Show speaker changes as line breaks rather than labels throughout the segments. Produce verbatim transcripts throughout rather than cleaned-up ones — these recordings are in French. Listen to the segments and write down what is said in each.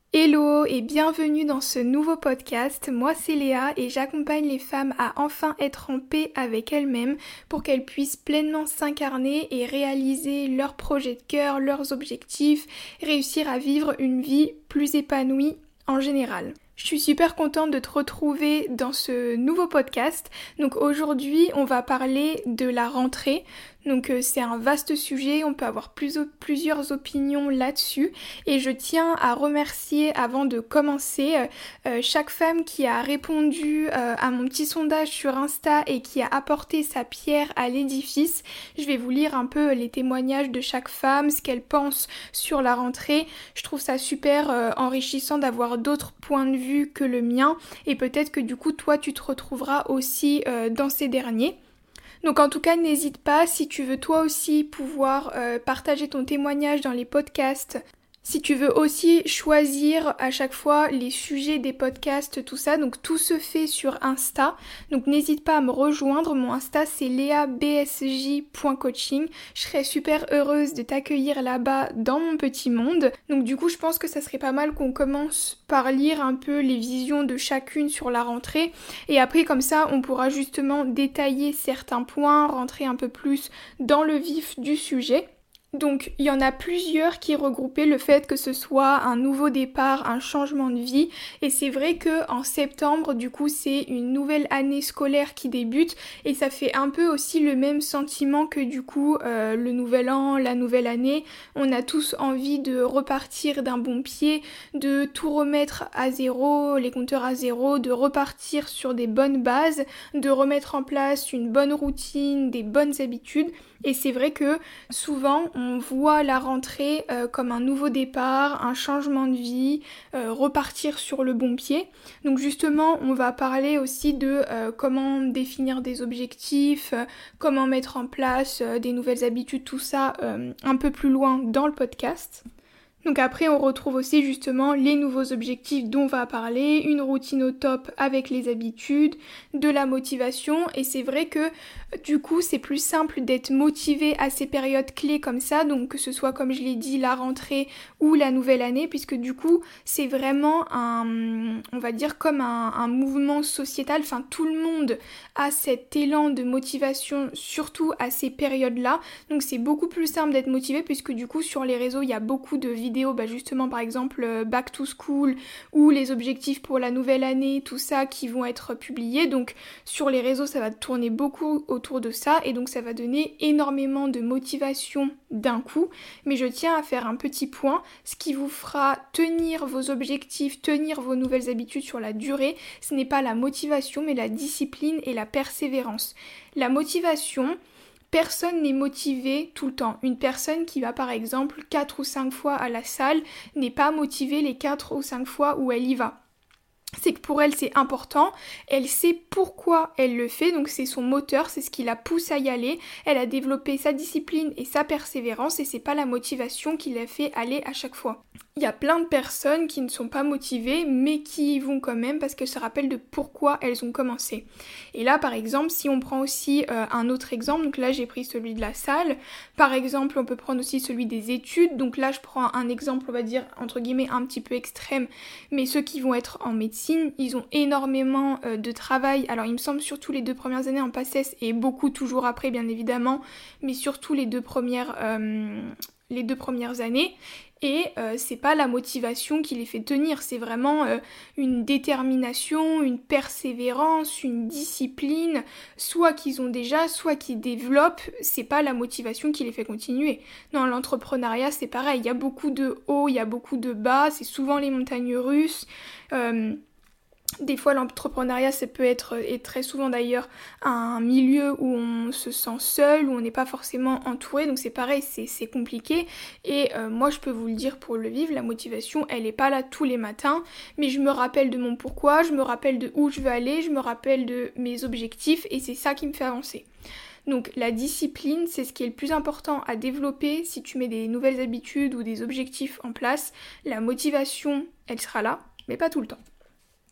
Hello et bienvenue dans ce nouveau podcast. Moi c'est Léa et j'accompagne les femmes à enfin être en paix avec elles-mêmes pour qu'elles puissent pleinement s'incarner et réaliser leurs projets de cœur, leurs objectifs, réussir à vivre une vie plus épanouie en général. Je suis super contente de te retrouver dans ce nouveau podcast. Donc aujourd'hui, on va parler de la rentrée. Donc euh, c'est un vaste sujet, on peut avoir plus, plusieurs opinions là-dessus. Et je tiens à remercier avant de commencer euh, euh, chaque femme qui a répondu euh, à mon petit sondage sur Insta et qui a apporté sa pierre à l'édifice. Je vais vous lire un peu les témoignages de chaque femme, ce qu'elle pense sur la rentrée. Je trouve ça super euh, enrichissant d'avoir d'autres points de vue que le mien. Et peut-être que du coup, toi, tu te retrouveras aussi euh, dans ces derniers. Donc en tout cas, n'hésite pas, si tu veux toi aussi pouvoir euh, partager ton témoignage dans les podcasts, si tu veux aussi choisir à chaque fois les sujets des podcasts, tout ça, donc tout se fait sur Insta. Donc n'hésite pas à me rejoindre, mon Insta c'est léa b s j point coaching. Je serais super heureuse de t'accueillir là-bas dans mon petit monde. Donc du coup, je pense que ça serait pas mal qu'on commence par lire un peu les visions de chacune sur la rentrée. Et après, comme ça, on pourra justement détailler certains points, rentrer un peu plus dans le vif du sujet. Donc il y en a plusieurs qui regroupaient le fait que ce soit un nouveau départ, un changement de vie, et c'est vrai que en septembre du coup c'est une nouvelle année scolaire qui débute et ça fait un peu aussi le même sentiment que du coup euh, le nouvel an, la nouvelle année. On a tous envie de repartir d'un bon pied, de tout remettre à zéro, les compteurs à zéro, de repartir sur des bonnes bases, de remettre en place une bonne routine, des bonnes habitudes. Et c'est vrai que souvent on voit la rentrée euh, comme un nouveau départ, un changement de vie, euh, repartir sur le bon pied. Donc justement on va parler aussi de euh, comment définir des objectifs, euh, comment mettre en place euh, des nouvelles habitudes, tout ça euh, un peu plus loin dans le podcast. Donc après on retrouve aussi justement les nouveaux objectifs dont on va parler, une routine au top avec les habitudes, de la motivation, et c'est vrai que du coup c'est plus simple d'être motivé à ces périodes clés comme ça, donc que ce soit comme je l'ai dit la rentrée ou la nouvelle année, puisque du coup c'est vraiment un, on va dire comme un, un mouvement sociétal, enfin tout le monde a cet élan de motivation surtout à ces périodes-là, donc c'est beaucoup plus simple d'être motivé puisque du coup sur les réseaux il y a beaucoup de vidéos vidéos, bah justement par exemple euh, Back to School ou les objectifs pour la nouvelle année, tout ça qui vont être publiés. Donc sur les réseaux ça va tourner beaucoup autour de ça et donc ça va donner énormément de motivation d'un coup. Mais je tiens à faire un petit point, ce qui vous fera tenir vos objectifs, tenir vos nouvelles habitudes sur la durée, ce n'est pas la motivation mais la discipline et la persévérance. La motivation, personne n'est motivé tout le temps. Une personne qui va par exemple quatre ou cinq fois à la salle n'est pas motivée les quatre ou cinq fois où elle y va. C'est que pour elle c'est important, elle sait pourquoi elle le fait, donc c'est son moteur, c'est ce qui la pousse à y aller, elle a développé sa discipline et sa persévérance et c'est pas la motivation qui la fait aller à chaque fois. Il y a plein de personnes qui ne sont pas motivées mais qui y vont quand même parce qu'elles se rappellent de pourquoi elles ont commencé. Et là par exemple si on prend aussi euh, un autre exemple, donc là j'ai pris celui de la salle, par exemple on peut prendre aussi celui des études, donc là je prends un exemple on va dire entre guillemets un petit peu extrême, mais ceux qui vont être en médecine, ils ont énormément euh, de travail, alors il me semble surtout les deux premières années en PACES et beaucoup toujours après bien évidemment, mais surtout les deux premières, euh, les deux premières années. Et euh, c'est pas la motivation qui les fait tenir, c'est vraiment euh, une détermination, une persévérance, une discipline, soit qu'ils ont déjà, soit qu'ils développent, c'est pas la motivation qui les fait continuer. Dans l'entrepreneuriat c'est pareil, il y a beaucoup de hauts, il y a beaucoup de bas, c'est souvent les montagnes russes. Euh, Des fois l'entrepreneuriat ça peut être, et très souvent d'ailleurs, un milieu où on se sent seul, où on n'est pas forcément entouré, donc c'est pareil, c'est, c'est compliqué. Et euh, moi je peux vous le dire pour le vivre, la motivation elle est pas là tous les matins, mais je me rappelle de mon pourquoi, je me rappelle de où je veux aller, je me rappelle de mes objectifs et c'est ça qui me fait avancer. Donc la discipline, c'est ce qui est le plus important à développer si tu mets des nouvelles habitudes ou des objectifs en place. La motivation, elle sera là, mais pas tout le temps.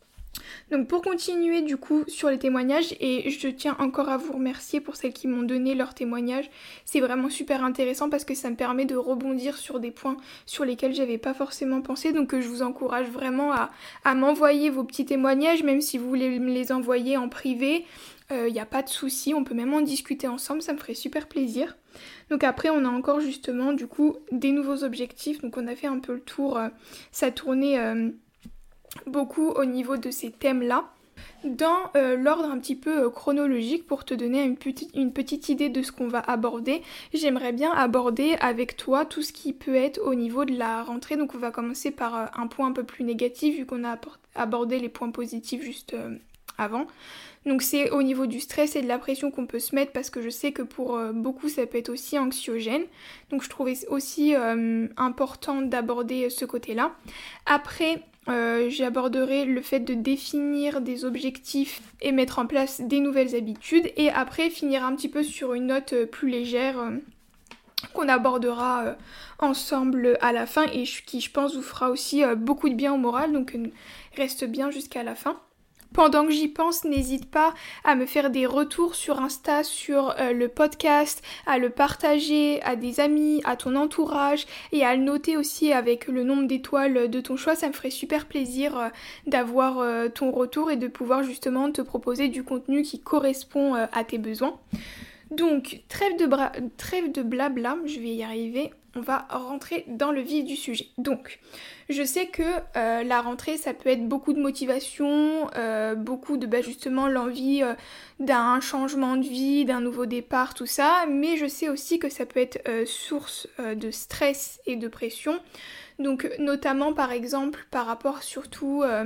Donc pour continuer du coup sur les témoignages, et je tiens encore à vous remercier pour celles qui m'ont donné leurs témoignages, c'est vraiment super intéressant parce que ça me permet de rebondir sur des points sur lesquels j'avais pas forcément pensé, donc je vous encourage vraiment à, à m'envoyer vos petits témoignages, même si vous voulez me les envoyer en privé, il euh, n'y a pas de souci, on peut même en discuter ensemble, ça me ferait super plaisir. Donc après on a encore justement du coup des nouveaux objectifs, donc on a fait un peu le tour, euh, ça tournait euh, beaucoup au niveau de ces thèmes-là. Dans euh, l'ordre un petit peu euh, chronologique, pour te donner une, petit, une petite idée de ce qu'on va aborder, j'aimerais bien aborder avec toi tout ce qui peut être au niveau de la rentrée. Donc on va commencer par euh, un point un peu plus négatif vu qu'on a abordé les points positifs juste euh, avant. Donc c'est au niveau du stress et de la pression qu'on peut se mettre, parce que je sais que pour euh, beaucoup ça peut être aussi anxiogène. Donc je trouvais aussi euh, important d'aborder ce côté-là. Après, euh, j'aborderai le fait de définir des objectifs et mettre en place des nouvelles habitudes. Et après, finir un petit peu sur une note euh, plus légère euh, qu'on abordera euh, ensemble à la fin et qui, je pense, vous fera aussi euh, beaucoup de bien au moral. Donc euh, reste bien jusqu'à la fin. Pendant que j'y pense, n'hésite pas à me faire des retours sur Insta, sur euh, le podcast, à le partager à des amis, à ton entourage et à le noter aussi avec le nombre d'étoiles de ton choix. Ça me ferait super plaisir euh, d'avoir euh, ton retour et de pouvoir justement te proposer du contenu qui correspond euh, à tes besoins. Donc, trêve de, bra- trêve de blabla, je vais y arriver, on va rentrer dans le vif du sujet. Donc, je sais que euh, la rentrée, ça peut être beaucoup de motivation, euh, beaucoup de bah, justement l'envie euh, d'un changement de vie, d'un nouveau départ, tout ça, mais je sais aussi que ça peut être euh, source euh, de stress et de pression. Donc, notamment par exemple par rapport surtout... Euh,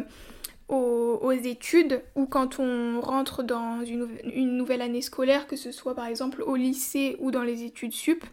Aux, aux études, ou quand on rentre dans une, une nouvelle année scolaire, que ce soit par exemple au lycée ou dans les études sup,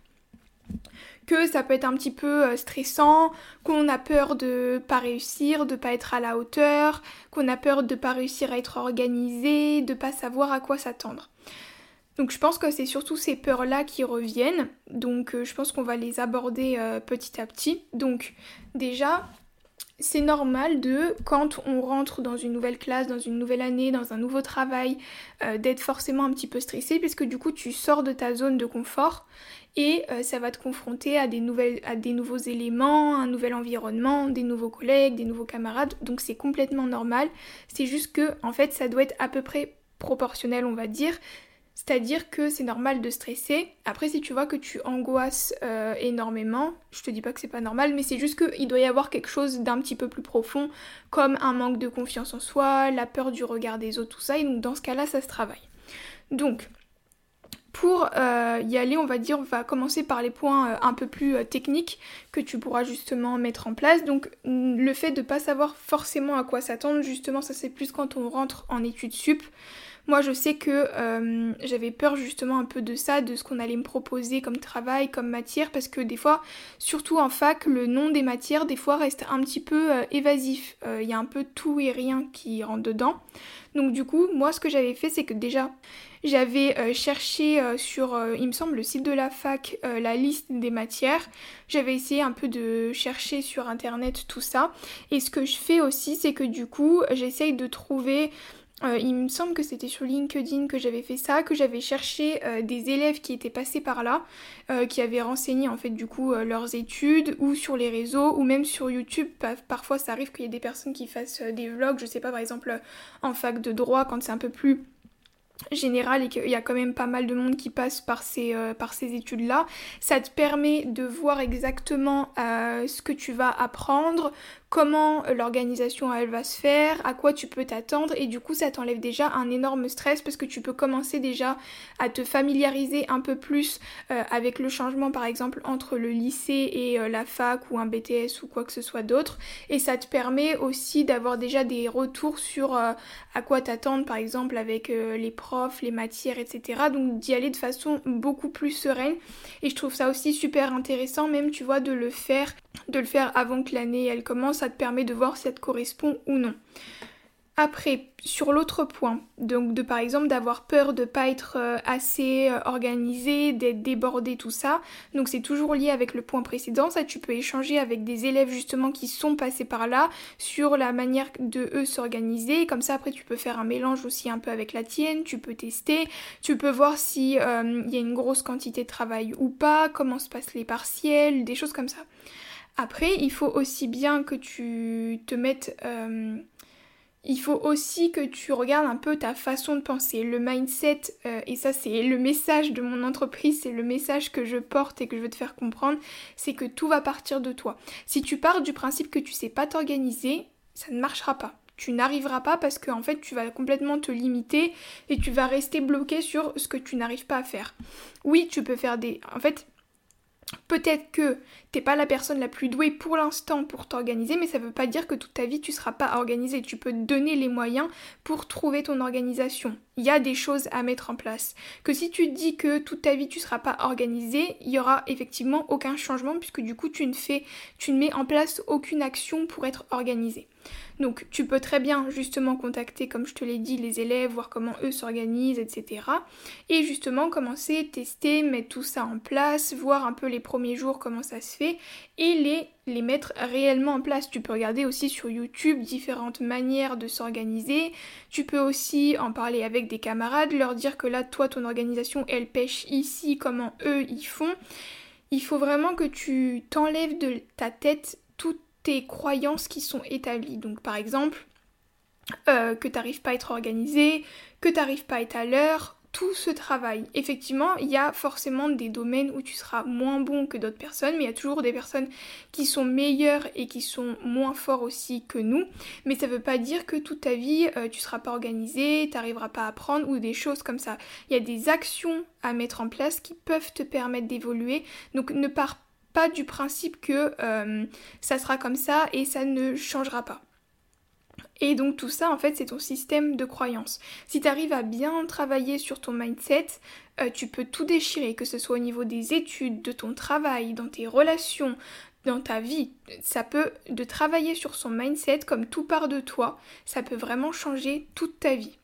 que ça peut être un petit peu stressant, qu'on a peur de pas réussir, de pas être à la hauteur, qu'on a peur de pas réussir à être organisé, de pas savoir à quoi s'attendre. Donc je pense que c'est surtout ces peurs-là qui reviennent, donc euh, je pense qu'on va les aborder euh, petit à petit. Donc déjà... c'est normal de, quand on rentre dans une nouvelle classe, dans une nouvelle année, dans un nouveau travail, euh, d'être forcément un petit peu stressé, puisque du coup tu sors de ta zone de confort et euh, ça va te confronter à des, nouvelles, à des nouveaux éléments, un nouvel environnement, des nouveaux collègues, des nouveaux camarades, donc c'est complètement normal. C'est juste que, en fait, ça doit être à peu près proportionnel, on va dire. C'est-à-dire que c'est normal de stresser. Après, si tu vois que tu angoisses euh, énormément, je te dis pas que c'est pas normal, mais c'est juste qu'il doit y avoir quelque chose d'un petit peu plus profond, comme un manque de confiance en soi, la peur du regard des autres, tout ça, et donc dans ce cas-là, ça se travaille. Donc, pour euh, y aller, on va dire, on va commencer par les points euh, un peu plus euh, techniques que tu pourras justement mettre en place. Donc, le fait de pas savoir forcément à quoi s'attendre, justement, ça c'est plus quand on rentre en études sup. Moi, je sais que euh, j'avais peur justement un peu de ça, de ce qu'on allait me proposer comme travail, comme matière, parce que des fois, surtout en fac, le nom des matières, des fois, reste un petit peu euh, évasif. Il euh, y a un peu tout et rien qui rentre dedans. Donc du coup, moi, ce que j'avais fait, c'est que déjà, j'avais euh, cherché euh, sur, euh, il me semble, le site de la fac, euh, la liste des matières. J'avais essayé un peu de chercher sur Internet tout ça. Et ce que je fais aussi, c'est que du coup, j'essaye de trouver... Euh, il me semble que c'était sur LinkedIn que j'avais fait ça, que j'avais cherché euh, des élèves qui étaient passés par là, euh, qui avaient renseigné en fait du coup euh, leurs études, ou sur les réseaux, ou même sur YouTube. Pa- parfois ça arrive qu'il y ait des personnes qui fassent euh, des vlogs, je sais pas, par exemple euh, en fac de droit, quand c'est un peu plus général et qu'il y a quand même pas mal de monde qui passe par ces, euh, par ces études-là. Ça te permet de voir exactement euh, ce que tu vas apprendre, comment l'organisation elle va se faire, à quoi tu peux t'attendre, et du coup ça t'enlève déjà un énorme stress parce que tu peux commencer déjà à te familiariser un peu plus euh, avec le changement par exemple entre le lycée et euh, la fac ou un B T S ou quoi que ce soit d'autre, et ça te permet aussi d'avoir déjà des retours sur euh, à quoi t'attendre par exemple avec euh, les profs, les matières, et cetera. Donc d'y aller de façon beaucoup plus sereine, et je trouve ça aussi super intéressant même tu vois de le faire de le faire avant que l'année elle commence, ça te permet de voir si ça te correspond ou non. Après, sur l'autre point, donc de par exemple d'avoir peur de pas être euh, assez euh, organisé, d'être débordé, tout ça, donc c'est toujours lié avec le point précédent, ça tu peux échanger avec des élèves justement qui sont passés par là sur la manière de eux s'organiser, comme ça après tu peux faire un mélange aussi un peu avec la tienne, tu peux tester, tu peux voir si euh, y a une grosse quantité de travail ou pas, comment se passent les partiels, des choses comme ça. Après, il faut aussi bien que tu te mettes... Euh, Il faut aussi que tu regardes un peu ta façon de penser, le mindset, euh, et ça c'est le message de mon entreprise, c'est le message que je porte et que je veux te faire comprendre, c'est que tout va partir de toi. Si tu pars du principe que tu sais pas t'organiser, ça ne marchera pas. Tu n'arriveras pas parce qu'en fait tu vas complètement te limiter et tu vas rester bloqué sur ce que tu n'arrives pas à faire. Oui, tu peux faire des... En fait... Peut-être que t'es pas la personne la plus douée pour l'instant pour t'organiser, mais ça veut pas dire que toute ta vie tu seras pas organisée. Tu peux te donner les moyens pour trouver ton organisation. Il y a des choses à mettre en place. Que si tu te dis que toute ta vie tu seras pas organisée, il y aura effectivement aucun changement puisque du coup tu ne fais, tu ne mets en place aucune action pour être organisée. Donc tu peux très bien justement contacter, comme je te l'ai dit, les élèves, voir comment eux s'organisent, et cetera. Et justement commencer, tester, mettre tout ça en place, voir un peu les premiers jours comment ça se fait et les, les mettre réellement en place. Tu peux regarder aussi sur YouTube différentes manières de s'organiser. Tu peux aussi en parler avec des camarades, leur dire que là, toi, ton organisation, elle pêche ici, comment eux, ils font. Il faut vraiment que tu t'enlèves de ta tête toutes tes croyances qui sont établies. Donc par exemple, euh, que t'arrives pas à être organisé, que t'arrives pas à être à l'heure, tout ce travail. Effectivement, il y a forcément des domaines où tu seras moins bon que d'autres personnes, mais il y a toujours des personnes qui sont meilleures et qui sont moins forts aussi que nous. Mais ça veut pas dire que toute ta vie, euh, tu seras pas organisé, t'arriveras pas à apprendre ou des choses comme ça. Il y a des actions à mettre en place qui peuvent te permettre d'évoluer. Donc ne pars pas pas du principe que euh, ça sera comme ça et ça ne changera pas. Et donc tout ça en fait c'est ton système de croyance. Si tu arrives à bien travailler sur ton mindset, euh, tu peux tout déchirer, que ce soit au niveau des études, de ton travail, dans tes relations, dans ta vie. Ça peut, de travailler sur son mindset comme tout part de toi, ça peut vraiment changer toute ta vie.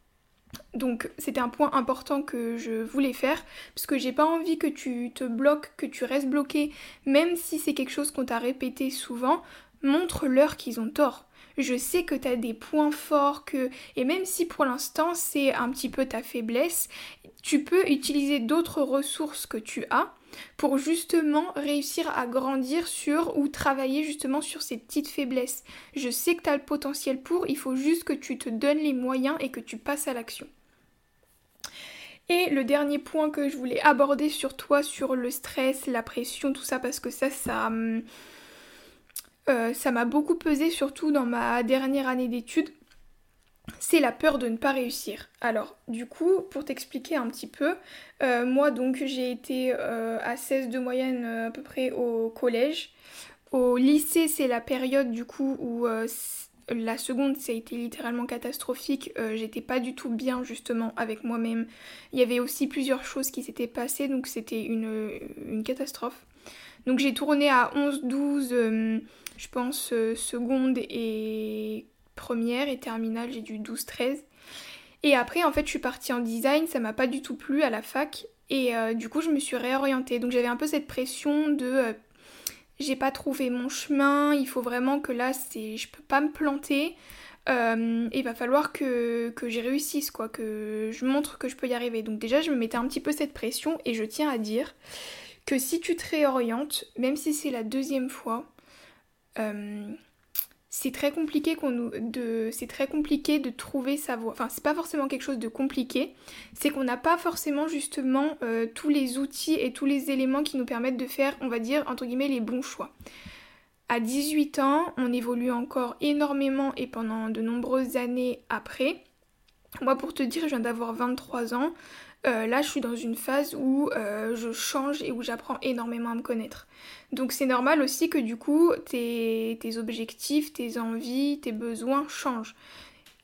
Donc c'était un point important que je voulais faire parce que j'ai pas envie que tu te bloques, que tu restes bloqué, même si c'est quelque chose qu'on t'a répété souvent, montre-leur qu'ils ont tort. Je sais que t'as des points forts, que et même si pour l'instant c'est un petit peu ta faiblesse, tu peux utiliser d'autres ressources que tu as pour justement réussir à grandir sur ou travailler justement sur ces petites faiblesses. Je sais que tu as le potentiel pour, il faut juste que tu te donnes les moyens et que tu passes à l'action. Et le dernier point que je voulais aborder sur toi, sur le stress, la pression, tout ça, parce que ça, ça, euh, ça m'a beaucoup pesé, surtout dans ma dernière année d'études. C'est la peur de ne pas réussir. Alors, du coup, pour t'expliquer un petit peu, euh, moi donc j'ai été euh, à seize de moyenne euh, à peu près au collège. Au lycée, c'est la période du coup où euh, la seconde, ça a été littéralement catastrophique. Euh, j'étais pas du tout bien justement avec moi-même. Il y avait aussi plusieurs choses qui s'étaient passées, donc c'était une, une catastrophe. Donc j'ai tourné à onze douze, euh, je pense, euh, seconde et première et terminale, j'ai dû douze treize. Et après, en fait, je suis partie en design, ça m'a pas du tout plu à la fac. Et euh, du coup, je me suis réorientée. Donc j'avais un peu cette pression de... Euh, j'ai pas trouvé mon chemin, il faut vraiment que là, c'est, je peux pas me planter. Euh, il va falloir que, que j'y réussisse, quoi, que je montre que je peux y arriver. Donc déjà, je me mettais un petit peu cette pression et je tiens à dire que si tu te réorientes, même si c'est la deuxième fois... Euh, c'est très compliqué qu'on nous, de, c'est très compliqué de trouver sa voie. Enfin, c'est pas forcément quelque chose de compliqué, c'est qu'on n'a pas forcément justement euh, tous les outils et tous les éléments qui nous permettent de faire, on va dire, entre guillemets, les bons choix. À dix-huit ans, on évolue encore énormément et pendant de nombreuses années après. Moi, pour te dire, je viens d'avoir vingt-trois ans. Euh, là, je suis dans une phase où euh, je change et où j'apprends énormément à me connaître. Donc c'est normal aussi que du coup, tes, tes objectifs, tes envies, tes besoins changent.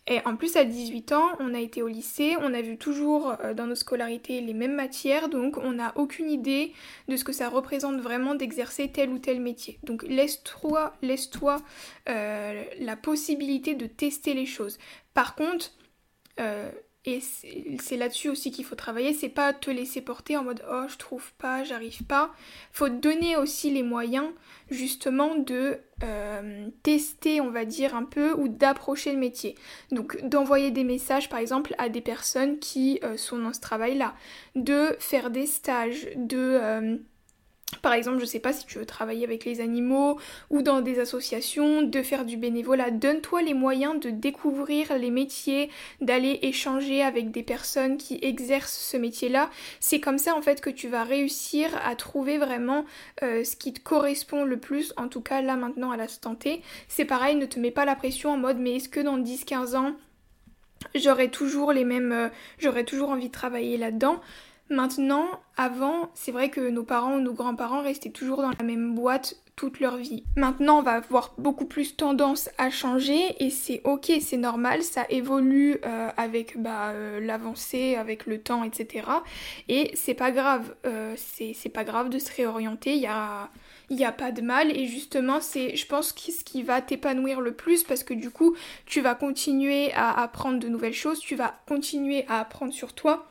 Et en plus à dix-huit ans, on a été au lycée, on a vu toujours euh, dans nos scolarités les mêmes matières, donc on n'a aucune idée de ce que ça représente vraiment d'exercer tel ou tel métier. Donc laisse-toi, laisse-toi euh, la possibilité de tester les choses. Par contre, euh, et c'est, c'est là-dessus aussi qu'il faut travailler, c'est pas te laisser porter en mode oh je trouve pas, j'arrive pas. Faut te donner aussi les moyens justement de euh, tester, on va dire un peu, ou d'approcher le métier. Donc d'envoyer des messages par exemple à des personnes qui euh, sont dans ce travail-là, de faire des stages, de euh, par exemple, je sais pas si tu veux travailler avec les animaux ou dans des associations, de faire du bénévolat. Donne-toi les moyens de découvrir les métiers, d'aller échanger avec des personnes qui exercent ce métier-là. C'est comme ça en fait que tu vas réussir à trouver vraiment euh, ce qui te correspond le plus, en tout cas là maintenant à l'instant T. C'est pareil, ne te mets pas la pression en mode mais est-ce que dans dix quinze ans j'aurai toujours les mêmes, euh, j'aurai toujours envie de travailler là-dedans. Maintenant, avant, c'est vrai que nos parents ou nos grands-parents restaient toujours dans la même boîte toute leur vie. Maintenant, on va avoir beaucoup plus tendance à changer et c'est ok, c'est normal, ça évolue euh, avec bah, euh, l'avancée, avec le temps, et cetera. Et c'est pas grave, euh, c'est, c'est pas grave de se réorienter, il y a... il n'y a pas de mal et justement c'est je pense que ce qui va t'épanouir le plus parce que du coup tu vas continuer à apprendre de nouvelles choses, tu vas continuer à apprendre sur toi.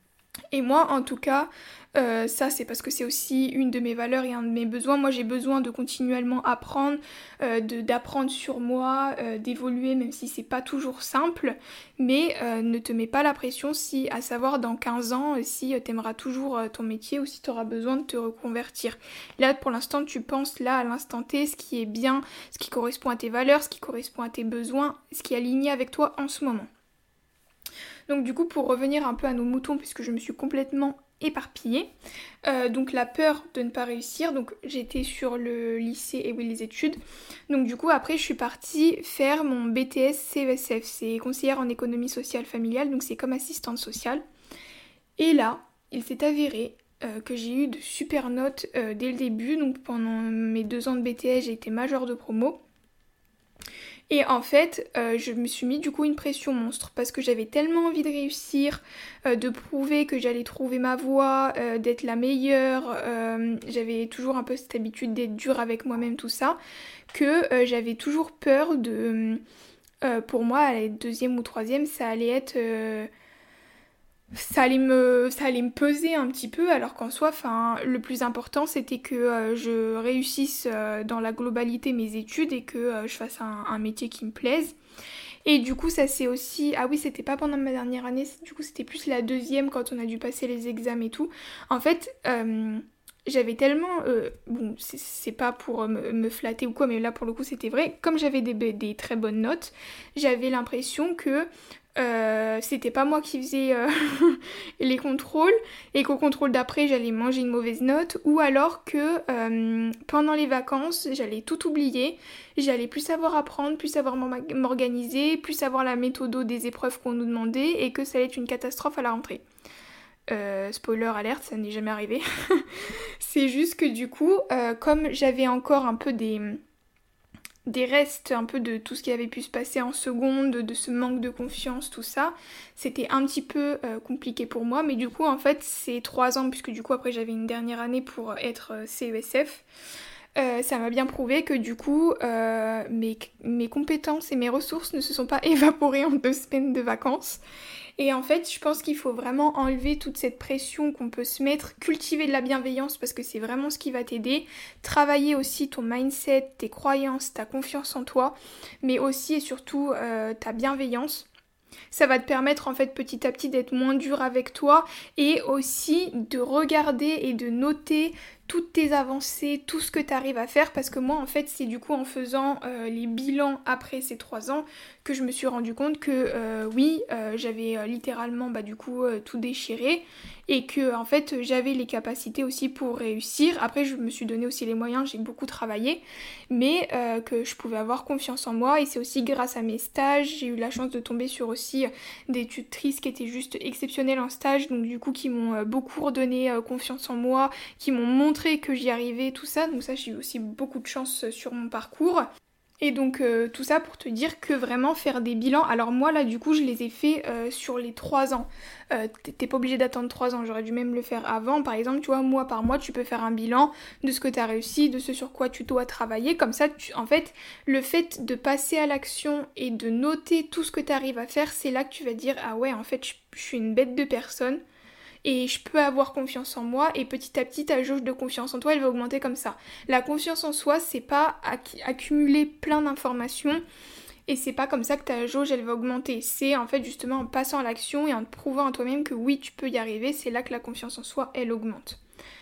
Et moi, en tout cas, euh, ça c'est parce que c'est aussi une de mes valeurs et un de mes besoins. Moi, j'ai besoin de continuellement apprendre, euh, de, d'apprendre sur moi, euh, d'évoluer, même si c'est pas toujours simple. Mais euh, ne te mets pas la pression si, à savoir dans quinze ans, si euh, t'aimeras toujours euh, ton métier ou si t'auras besoin de te reconvertir. Là, pour l'instant, tu penses là, à l'instant T, ce qui est bien, ce qui correspond à tes valeurs, ce qui correspond à tes besoins, ce qui est aligné avec toi en ce moment. Donc du coup, pour revenir un peu à nos moutons, puisque je me suis complètement éparpillée, euh, donc la peur de ne pas réussir, donc j'étais sur le lycée et oui les études, donc du coup après je suis partie faire mon B T S C E S F, c'est conseillère en économie sociale familiale, donc c'est comme assistante sociale, et là, il s'est avéré euh, que j'ai eu de super notes euh, dès le début, donc pendant mes deux ans de B T S j'ai été majeure de promo. Et en fait, euh, je me suis mis du coup une pression monstre parce que j'avais tellement envie de réussir, euh, de prouver que j'allais trouver ma voie, euh, d'être la meilleure. Euh, j'avais toujours un peu cette habitude d'être dure avec moi-même, tout ça, que euh, j'avais toujours peur de... Euh, pour moi, à la deuxième ou troisième, ça allait être... Euh, ça allait me ça allait me peser un petit peu alors qu'en soi enfin le plus important c'était que euh, je réussisse euh, dans la globalité mes études et que euh, je fasse un, un métier qui me plaise et du coup ça c'est aussi ah oui c'était pas pendant ma dernière année du coup c'était plus la deuxième quand on a dû passer les examens et tout en fait euh, j'avais tellement euh, bon c'est, c'est pas pour me, me flatter ou quoi mais là pour le coup c'était vrai comme j'avais des, des très bonnes notes j'avais l'impression que Euh, c'était pas moi qui faisais euh, les contrôles et qu'au contrôle d'après j'allais manger une mauvaise note ou alors que euh, pendant les vacances j'allais tout oublier, j'allais plus savoir apprendre, plus savoir m'organiser, plus savoir la méthode des épreuves qu'on nous demandait et que ça allait être une catastrophe à la rentrée. Euh, spoiler alerte, ça n'est jamais arrivé. C'est juste que du coup, euh, comme j'avais encore un peu des... des restes un peu de tout ce qui avait pu se passer en seconde, de ce manque de confiance, tout ça, c'était un petit peu euh, compliqué pour moi, mais du coup en fait ces trois ans, puisque du coup après j'avais une dernière année pour être euh, C E S F, euh, ça m'a bien prouvé que du coup euh, mes, mes compétences et mes ressources ne se sont pas évaporées en deux semaines de vacances. Et en fait, je pense qu'il faut vraiment enlever toute cette pression qu'on peut se mettre, cultiver de la bienveillance parce que c'est vraiment ce qui va t'aider, travailler aussi ton mindset, tes croyances, ta confiance en toi, mais aussi et surtout euh, ta bienveillance. Ça va te permettre en fait petit à petit d'être moins dur avec toi et aussi de regarder et de noter toutes tes avancées, tout ce que tu arrives à faire parce que moi en fait c'est du coup en faisant euh, les bilans après ces trois ans que je me suis rendu compte que euh, oui euh, j'avais euh, littéralement bah du coup euh, tout déchiré et que en fait j'avais les capacités aussi pour réussir. Après je me suis donné aussi les moyens, j'ai beaucoup travaillé mais euh, que je pouvais avoir confiance en moi et c'est aussi grâce à mes stages, j'ai eu la chance de tomber sur aussi des tutrices qui étaient juste exceptionnelles en stage donc du coup qui m'ont euh, beaucoup redonné euh, confiance en moi, qui m'ont montré que j'y arrivais, tout ça, donc ça j'ai eu aussi beaucoup de chance sur mon parcours. Et donc euh, tout ça pour te dire que vraiment faire des bilans, alors moi là du coup je les ai fait euh, sur les trois ans. Euh, t'es pas obligé d'attendre trois ans, j'aurais dû même le faire avant. Par exemple, tu vois, mois par mois tu peux faire un bilan de ce que tu as réussi, de ce sur quoi tu dois travailler. Comme ça, tu... en fait, le fait de passer à l'action et de noter tout ce que tu arrives à faire, c'est là que tu vas dire ah ouais en fait je, je suis une bête de personne. Et je peux avoir confiance en moi et petit à petit ta jauge de confiance en toi elle va augmenter comme ça. La confiance en soi c'est pas acc- accumuler plein d'informations et c'est pas comme ça que ta jauge elle va augmenter. C'est en fait justement en passant à l'action et en te prouvant à toi-même que oui tu peux y arriver, c'est là que la confiance en soi elle augmente.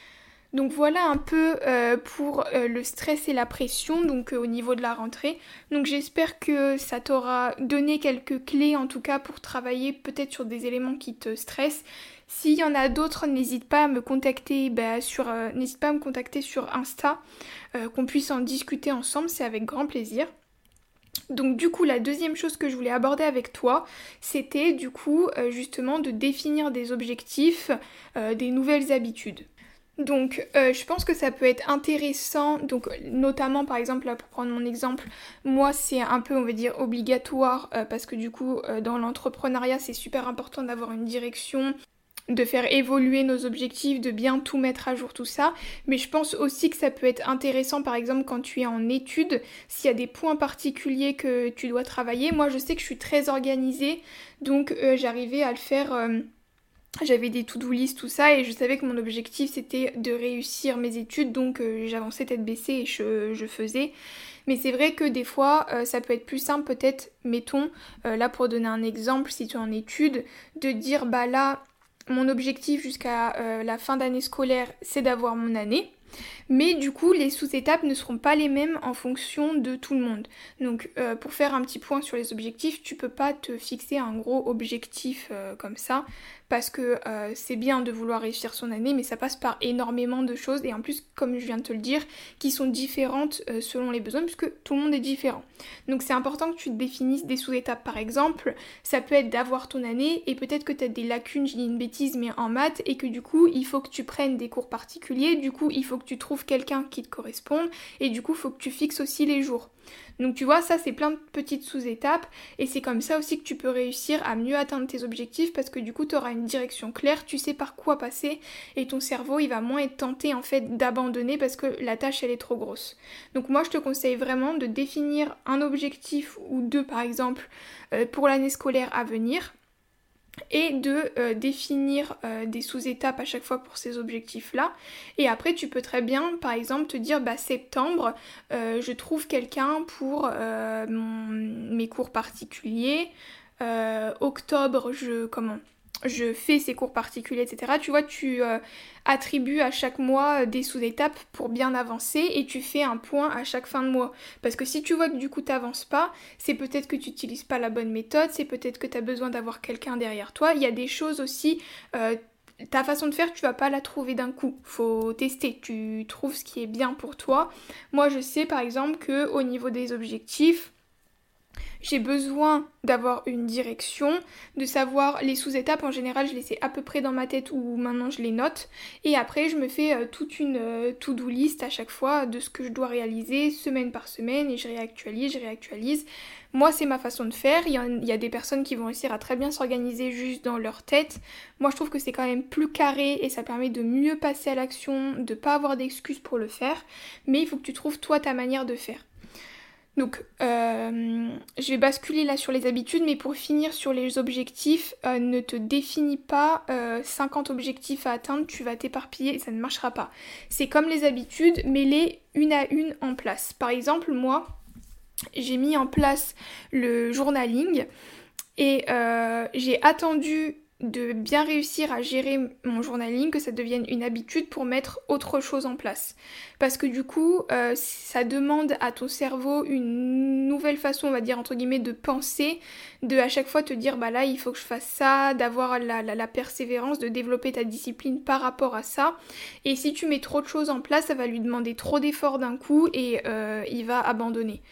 Donc voilà un peu euh, pour euh, le stress et la pression, donc euh, au niveau de la rentrée. Donc j'espère que ça t'aura donné quelques clés en tout cas pour travailler peut-être sur des éléments qui te stressent. S'il y en a d'autres, n'hésite pas à me contacter bah, sur, euh, n'hésite pas à me contacter sur Insta, euh, qu'on puisse en discuter ensemble, c'est avec grand plaisir. Donc du coup la deuxième chose que je voulais aborder avec toi, c'était du coup euh, justement de définir des objectifs, euh, des nouvelles habitudes. Donc euh, je pense que ça peut être intéressant, donc notamment par exemple là pour prendre mon exemple, moi c'est un peu on va dire obligatoire euh, parce que du coup euh, dans l'entrepreneuriat c'est super important d'avoir une direction, de faire évoluer nos objectifs, de bien tout mettre à jour tout ça, mais je pense aussi que ça peut être intéressant par exemple quand tu es en études, s'il y a des points particuliers que tu dois travailler. Moi je sais que je suis très organisée, donc euh, j'arrivais à le faire... Euh, J'avais des to-do list, tout ça, et je savais que mon objectif c'était de réussir mes études, donc euh, j'avançais tête baissée et je, je faisais. Mais c'est vrai que des fois, euh, ça peut être plus simple peut-être, mettons, euh, là pour donner un exemple, si tu es en études, de dire bah là, mon objectif jusqu'à euh, la fin d'année scolaire, c'est d'avoir mon année. Mais du coup, les sous-étapes ne seront pas les mêmes en fonction de tout le monde. Donc euh, pour faire un petit point sur les objectifs, tu peux pas te fixer un gros objectif euh, comme ça, parce que euh, c'est bien de vouloir réussir son année, mais ça passe par énormément de choses, et en plus, comme je viens de te le dire, qui sont différentes euh, selon les besoins, puisque tout le monde est différent. Donc c'est important que tu te définisses des sous-étapes. Par exemple, ça peut être d'avoir ton année, et peut-être que tu as des lacunes, je dis une bêtise, mais en maths, et que du coup, il faut que tu prennes des cours particuliers, du coup, il faut que tu trouves quelqu'un qui te corresponde, et du coup, il faut que tu fixes aussi les jours. Donc tu vois, ça c'est plein de petites sous-étapes, et c'est comme ça aussi que tu peux réussir à mieux atteindre tes objectifs, parce que du coup tu auras une direction claire, tu sais par quoi passer, et ton cerveau il va moins être tenté en fait d'abandonner parce que la tâche elle est trop grosse. Donc moi je te conseille vraiment de définir un objectif ou deux par exemple euh, pour l'année scolaire à venir, et de euh, définir euh, des sous-étapes à chaque fois pour ces objectifs-là. Et après, tu peux très bien, par exemple, te dire, bah septembre, euh, je trouve quelqu'un pour euh, mon- mes cours particuliers. Euh, octobre, je comment je fais ces cours particuliers, et cetera. Tu vois, tu euh, attribues à chaque mois des sous-étapes pour bien avancer et tu fais un point à chaque fin de mois. Parce que si tu vois que du coup t'avances pas, c'est peut-être que tu n'utilises pas la bonne méthode, c'est peut-être que tu as besoin d'avoir quelqu'un derrière toi. Il y a des choses aussi, euh, ta façon de faire, tu vas pas la trouver d'un coup. Faut tester, tu trouves ce qui est bien pour toi. Moi, je sais par exemple que au niveau des objectifs, j'ai besoin d'avoir une direction, de savoir les sous-étapes. En général, je les sais à peu près dans ma tête ou maintenant je les note. Et après, je me fais euh, toute une euh, to-do list à chaque fois de ce que je dois réaliser semaine par semaine et je réactualise, je réactualise. Moi, c'est ma façon de faire. Il y, a, il y a des personnes qui vont réussir à très bien s'organiser juste dans leur tête. Moi, je trouve que c'est quand même plus carré et ça permet de mieux passer à l'action, de pas avoir d'excuses pour le faire. Mais il faut que tu trouves toi ta manière de faire. Donc, euh, je vais basculer là sur les habitudes, mais pour finir sur les objectifs, euh, ne te définis pas euh, cinquante objectifs à atteindre, tu vas t'éparpiller et ça ne marchera pas. C'est comme les habitudes, mets-les une à une en place. Par exemple, moi, j'ai mis en place le journaling et euh, j'ai attendu de bien réussir à gérer mon journaling, que ça devienne une habitude pour mettre autre chose en place. Parce que du coup, euh, ça demande à ton cerveau une nouvelle façon, on va dire entre guillemets, de penser, de à chaque fois te dire, bah là, il faut que je fasse ça, d'avoir la, la, la persévérance, de développer ta discipline par rapport à ça. Et si tu mets trop de choses en place, ça va lui demander trop d'efforts d'un coup et euh, il va abandonner.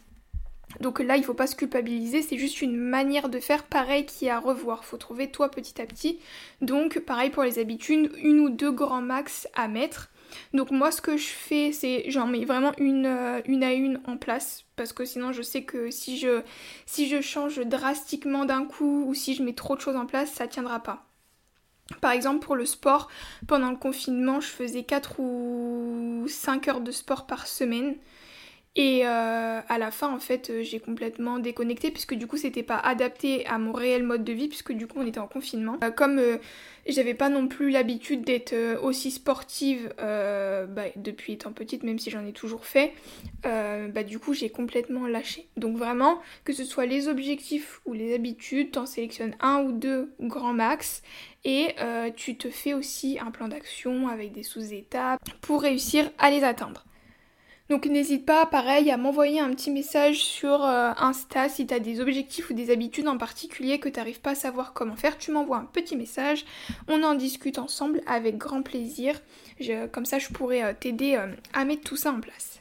Donc là, il faut pas se culpabiliser, c'est juste une manière de faire pareil qui est à revoir. Faut trouver toi petit à petit. Donc pareil pour les habitudes, une ou deux grands max à mettre. Donc moi ce que je fais c'est j'en mets vraiment une, euh, une à une en place parce que sinon je sais que si je, si je change drastiquement d'un coup ou si je mets trop de choses en place ça tiendra pas. Par exemple pour le sport, pendant le confinement je faisais quatre ou cinq heures de sport par semaine. Et euh, à la fin, en fait, euh, j'ai complètement déconnecté puisque du coup, c'était pas adapté à mon réel mode de vie puisque du coup, on était en confinement. Euh, comme euh, j'avais pas non plus l'habitude d'être euh, aussi sportive euh, bah, depuis étant petite, même si j'en ai toujours fait, euh, bah du coup, j'ai complètement lâché. Donc vraiment, que ce soit les objectifs ou les habitudes, t'en sélectionnes un ou deux grand max et euh, tu te fais aussi un plan d'action avec des sous-étapes pour réussir à les atteindre. Donc n'hésite pas, pareil, à m'envoyer un petit message sur euh, Insta si tu as des objectifs ou des habitudes en particulier que tu n'arrives pas à savoir comment faire. Tu m'envoies un petit message, on en discute ensemble avec grand plaisir. Je, comme ça, je pourrais euh, t'aider euh, à mettre tout ça en place.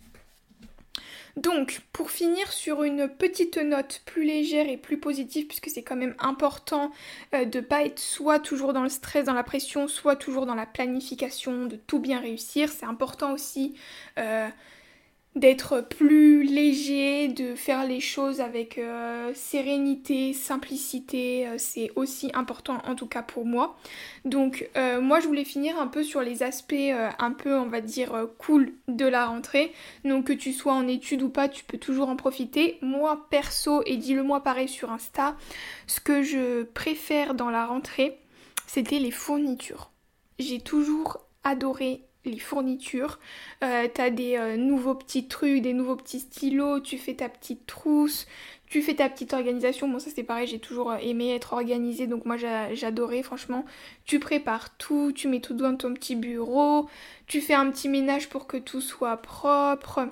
Donc, pour finir sur une petite note plus légère et plus positive, puisque c'est quand même important euh, de ne pas être soit toujours dans le stress, dans la pression, soit toujours dans la planification, de tout bien réussir. C'est important aussi euh, d'être plus léger, de faire les choses avec euh, sérénité, simplicité, euh, c'est aussi important en tout cas pour moi. Donc euh, moi je voulais finir un peu sur les aspects euh, un peu on va dire euh, cool de la rentrée. Donc que tu sois en études ou pas, tu peux toujours en profiter. Moi perso, et dis-le moi pareil sur Insta, ce que je préfère dans la rentrée, c'était les fournitures. J'ai toujours adoré les fournitures, euh, t'as des euh, nouveaux petits trucs, des nouveaux petits stylos, tu fais ta petite trousse, tu fais ta petite organisation, bon ça c'est pareil, j'ai toujours aimé être organisée, donc moi j'a- j'adorais franchement, tu prépares tout, tu mets tout dans ton petit bureau, tu fais un petit ménage pour que tout soit propre.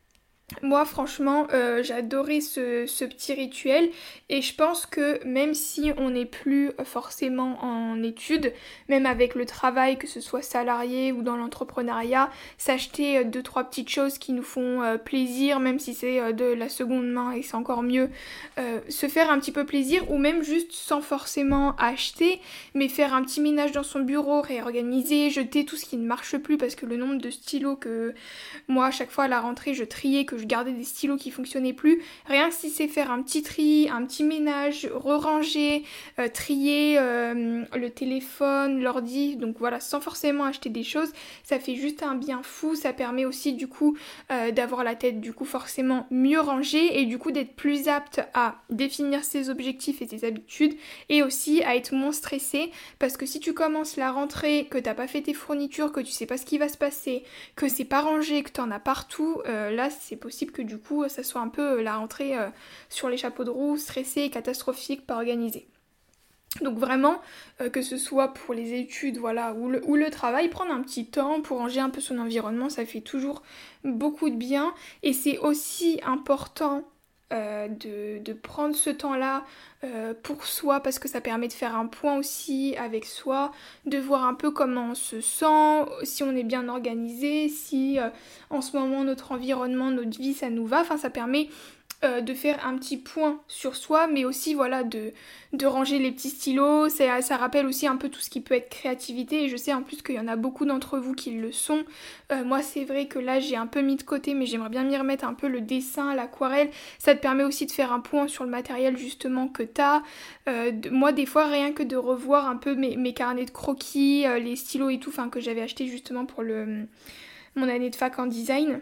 Moi franchement euh, j'adorais ce, ce petit rituel et je pense que même si on n'est plus forcément en études, même avec le travail, que ce soit salarié ou dans l'entrepreneuriat, s'acheter deux trois petites choses qui nous font euh, plaisir, même si c'est euh, de la seconde main et c'est encore mieux, euh, se faire un petit peu plaisir ou même juste sans forcément acheter, mais faire un petit ménage dans son bureau, réorganiser, jeter tout ce qui ne marche plus parce que le nombre de stylos que moi à chaque fois à la rentrée je triais, que je gardais des stylos qui fonctionnaient plus, rien que si c'est faire un petit tri, un petit ménage, re-ranger, euh, trier euh, le téléphone, l'ordi, donc voilà, sans forcément acheter des choses, ça fait juste un bien fou, ça permet aussi du coup euh, d'avoir la tête du coup forcément mieux rangée et du coup d'être plus apte à définir ses objectifs et ses habitudes et aussi à être moins stressé parce que si tu commences la rentrée, que t'as pas fait tes fournitures, que tu sais pas ce qui va se passer, que c'est pas rangé, que t'en as partout, euh, là c'est possible que du coup ça soit un peu la rentrée euh, sur les chapeaux de roue, stressée, catastrophique, pas organisée. Donc vraiment, euh, que ce soit pour les études voilà, ou, le, ou le travail, prendre un petit temps pour ranger un peu son environnement, ça fait toujours beaucoup de bien. Et c'est aussi important euh, de, de prendre ce temps-là euh, pour soi parce que ça permet de faire un point aussi avec soi, de voir un peu comment on se sent, si on est bien organisé, si euh, en ce moment notre environnement, notre vie, ça nous va. Enfin, ça permet euh, de faire un petit point sur soi, mais aussi voilà de, de ranger les petits stylos. Ça, ça rappelle aussi un peu tout ce qui peut être créativité et je sais en plus qu'il y en a beaucoup d'entre vous qui le sont. Euh, moi c'est vrai que là j'ai un peu mis de côté mais j'aimerais bien m'y remettre un peu le dessin, l'aquarelle. Ça te permet aussi de faire un point sur le matériel justement que t'as. Euh, de, moi des fois rien que de revoir un peu mes, mes carnets de croquis, euh, les stylos et tout, enfin que j'avais acheté justement pour le, mon année de fac en design.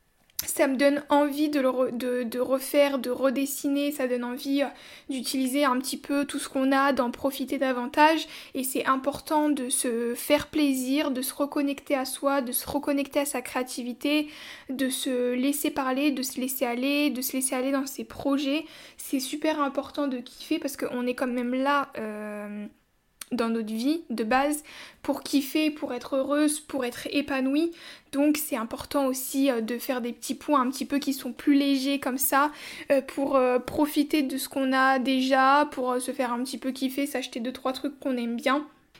Ça me donne envie de, le re, de, de refaire, de redessiner, ça donne envie euh, d'utiliser un petit peu tout ce qu'on a, d'en profiter davantage et c'est important de se faire plaisir, de se reconnecter à soi, de se reconnecter à sa créativité, de se laisser parler, de se laisser aller, de se laisser aller dans ses projets. C'est super important de kiffer parce qu'on est quand même là... Euh dans notre vie de base pour kiffer, pour être heureuse, pour être épanouie. Donc c'est important aussi euh, de faire des petits points un petit peu qui sont plus légers comme ça euh, pour euh, profiter de ce qu'on a déjà, pour euh, se faire un petit peu kiffer, s'acheter deux trois trucs qu'on aime bien.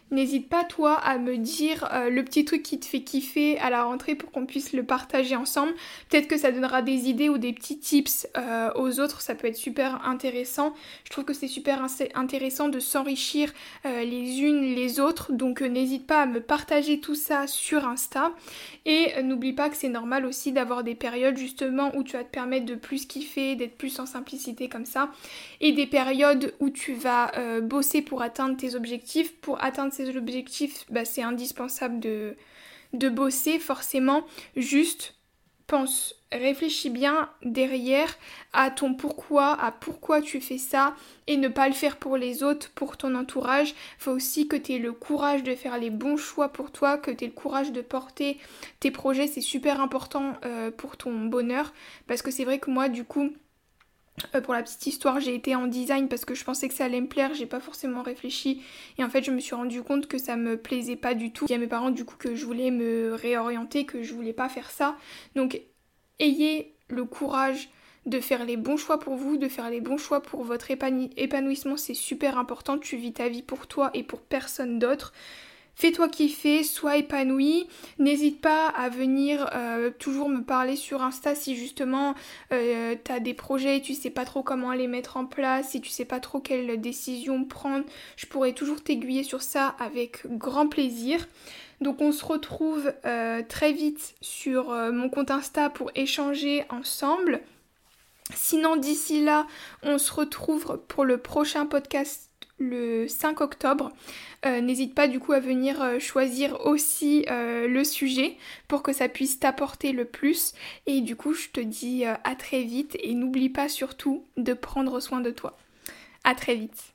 N'hésite pas toi à me dire euh, le petit truc qui te fait kiffer à la rentrée pour qu'on puisse le partager ensemble. Peut-être que ça donnera des idées ou des petits tips euh, aux autres, ça peut être super intéressant. Je trouve que c'est super intéressant de s'enrichir euh, les unes les autres, donc euh, n'hésite pas à me partager tout ça sur Insta. Et euh, n'oublie pas que c'est normal aussi d'avoir des périodes justement où tu vas te permettre de plus kiffer, d'être plus en simplicité comme ça, et des périodes où tu vas euh, bosser pour atteindre tes objectifs. Pour atteindre ces objectifs, bah, c'est indispensable de, de bosser forcément. Juste pense, réfléchis bien derrière à ton pourquoi, à pourquoi tu fais ça, et ne pas le faire pour les autres, pour ton entourage. Faut aussi que tu aies le courage de faire les bons choix pour toi, que tu aies le courage de porter tes projets. C'est super important euh, pour ton bonheur, parce que c'est vrai que moi du coup, Euh, pour la petite histoire, j'ai été en design parce que je pensais que ça allait me plaire, j'ai pas forcément réfléchi et en fait je me suis rendu compte que ça me plaisait pas du tout. Il y a mes parents du coup que je voulais me réorienter, que je voulais pas faire ça. Donc ayez le courage de faire les bons choix pour vous, de faire les bons choix pour votre épanouissement, c'est super important. Tu vis ta vie pour toi et pour personne d'autre. Fais-toi kiffer, sois épanoui, n'hésite pas à venir euh, toujours me parler sur Insta si justement euh, t'as des projets et tu sais pas trop comment les mettre en place, si tu sais pas trop quelle décision prendre, je pourrais toujours t'aiguiller sur ça avec grand plaisir. Donc on se retrouve euh, très vite sur euh, mon compte Insta pour échanger ensemble. Sinon d'ici là, on se retrouve pour le prochain podcast le cinq octobre. Euh, n'hésite pas du coup à venir euh, choisir aussi euh, le sujet pour que ça puisse t'apporter le plus. Et du coup, je te dis euh, à très vite et n'oublie pas surtout de prendre soin de toi. À très vite.